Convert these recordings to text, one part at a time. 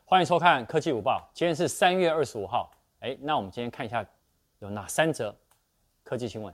欢迎收看科技午报，今天是3月25号。那我们今天看一下有哪3则科技新闻。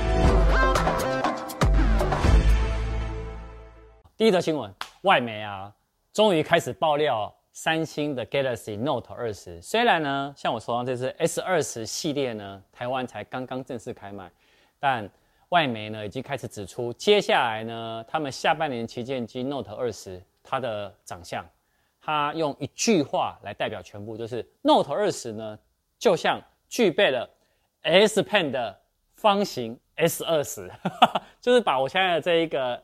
第一则新闻，外媒终于开始爆料三星的 Galaxy Note 20。虽然呢，像我手上这支 S20系列呢，台湾才刚刚正式开卖，但外媒呢已经开始指出，接下来呢，他们下半年旗舰机 Note 20它的长相，它用一句话来代表全部，就是 Note 20呢，就像具备了 S Pen 的方形 S20， 就是把我现在的这一个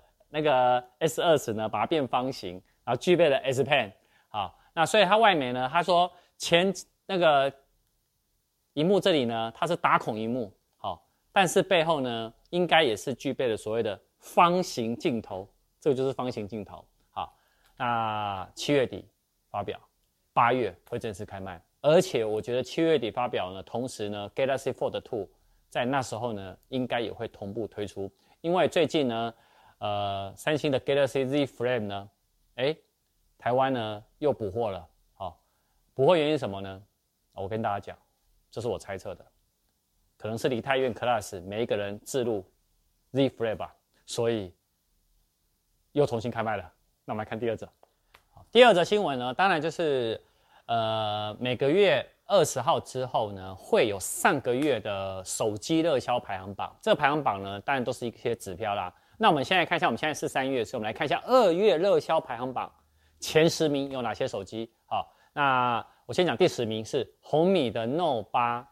S20呢，把它变方形，然后具备了 S Pen。好，那所以它外媒呢，他说前那个萤幕这里呢，它是打孔萤幕，好，但是背后呢，应该也是具备了所谓的方形镜头，这个就是方形镜头。好，那7月底发表，8月会正式开卖，而且我觉得7月底发表呢，同时呢 ，Galaxy Fold 2在那时候呢，应该也会同步推出，因为最近呢，三星的 Galaxy Z Flip 呢，台湾呢又补货了，好，补货原因是什么呢？我跟大家讲，这是我猜测的，可能是梨泰院 Class 每一个人置入 Z Flip 吧，所以又重新开卖了。那我们来看第二则。第二则新闻呢，当然就是每个月20号之后呢，会有上个月的手机热销排行榜。这个排行榜呢，当然都是一些指标啦。那我们现在看一下，我们现在是3月，所以我们来看一下2月热销排行榜前10名有哪些手机。好，那我先讲第10名是红米的 Note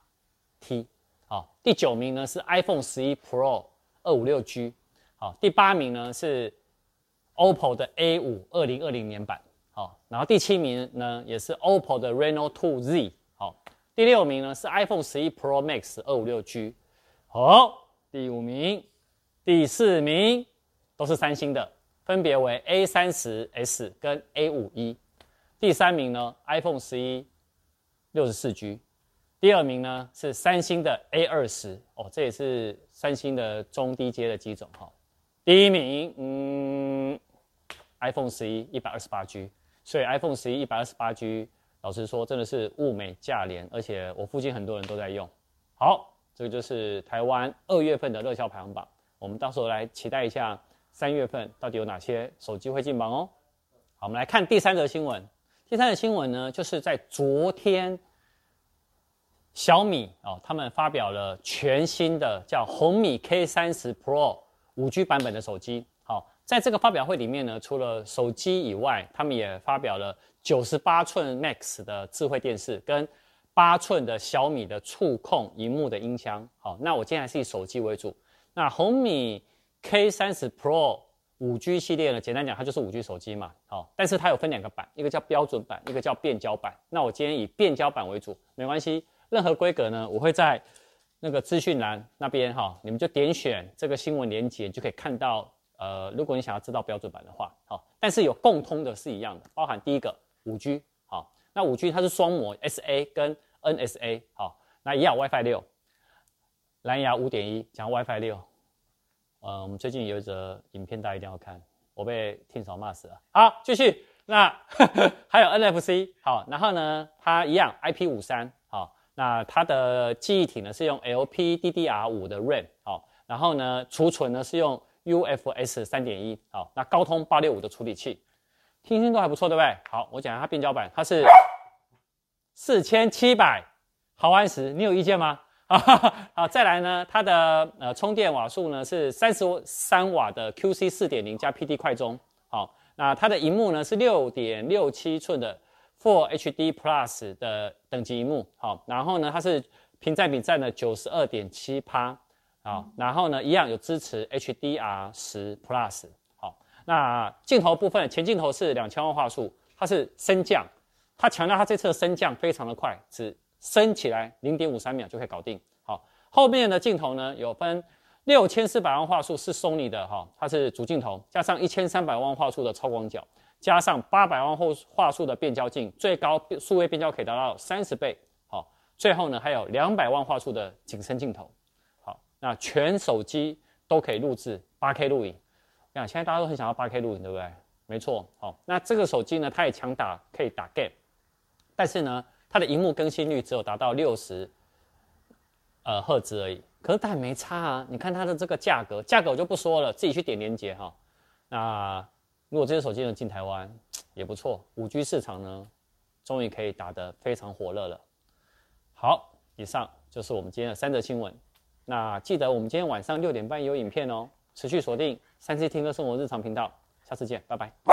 8T， 好，第9名呢是 iPhone 11 Pro 256G， 好，第8名呢是 OPPO 的 A5 2020年版。好，然后第7名呢也是 OPPO 的 Reno2 Z， 好，第6名呢是 iPhone 11 Pro Max 256G， 好，第5名、第4名都是三星的，分别为 A30S 跟 A51， 第3名呢 iPhone 11 64G， 第2名呢是三星的 A20， 这也是三星的中低阶的机种，第1名iPhone 11 128G， 所以 iPhone 11 128G 老实说真的是物美价廉，而且我附近很多人都在用。好，这个就是台湾2月份的热销排行榜，我们到时候来期待一下3月份到底有哪些手机会进榜哦。好，我们来看第3则新闻。第3则新闻呢，就是在昨天小米他们发表了全新的叫红米 K30 Pro 5G 版本的手机。好，在这个发表会里面呢，除了手机以外，他们也发表了98寸 Max 的智慧电视跟8寸的小米的触控萤幕的音箱。好，那我今天还是以手机为主。那红米 K30 Pro 5G 系列呢，简单讲它就是 5G 手机嘛。好，但是它有分2个版，一个叫标准版，一个叫变焦版。那我今天以变焦版为主，没关系，任何规格呢，我会在那个资讯栏那边你们就点选这个新闻连结，就可以看到如果你想要知道标准版的话，但是有共通的是一样的，包含第一个 5G， 好，那 5G 它是双模 SA 跟 NSA， 好，那也有 WiFi 6，蓝牙 5.1 讲 WiFi 6，我们最近有一则影片大家一定要看，我被听嫂骂死了。好，继续，那还有 NFC， 好，然后呢，它一样 IP53， 好，那它的记忆体呢是用 LPDDR5 的 RAM， 好，然后呢，储存呢是用UFS 3.1， 好，那高通865的处理器，听都还不错，对不对？好，我讲一下它变焦版，它是4700毫安时，你有意见吗？好，再来呢，它的充电瓦数呢是33瓦的 QC 4.0 加 PD 快充，好，那它的萤幕呢是 6.67 寸的 Full HD Plus 的等级萤幕，好，然后呢它是屏占比占了 92.7%。好，然后呢，一样有支持 HDR10 Plus。好，那镜头部分，前镜头是2000万画素，它是升降，它强调它这次的升降非常的快，只升起来 0.53秒就可以搞定。好，后面的镜头呢有分6400万画素是 Sony 的它是主镜头，加上1300万画素的超广角，加上800万画素的变焦镜，最高数位变焦可以达到30倍。好，最后呢还有200万画素的景深镜头。那全手机都可以录制 8K 录影，现在大家都很想要 8K 录影，对不对？没错，好，那这个手机呢，它也可以打 game， 但是呢，它的萤幕更新率只有达到60赫兹而已。可是它也没差啊，你看它的这个价格我就不说了，自己去点连结哈。那如果这只手机能进台湾也不错，5G 市场呢，终于可以打得非常火热了。好，以上就是我们今天的3则新闻。那记得我们今天晚上6点半有影片哦，持续锁定3C 听歌生活日常频道，下次见，拜拜。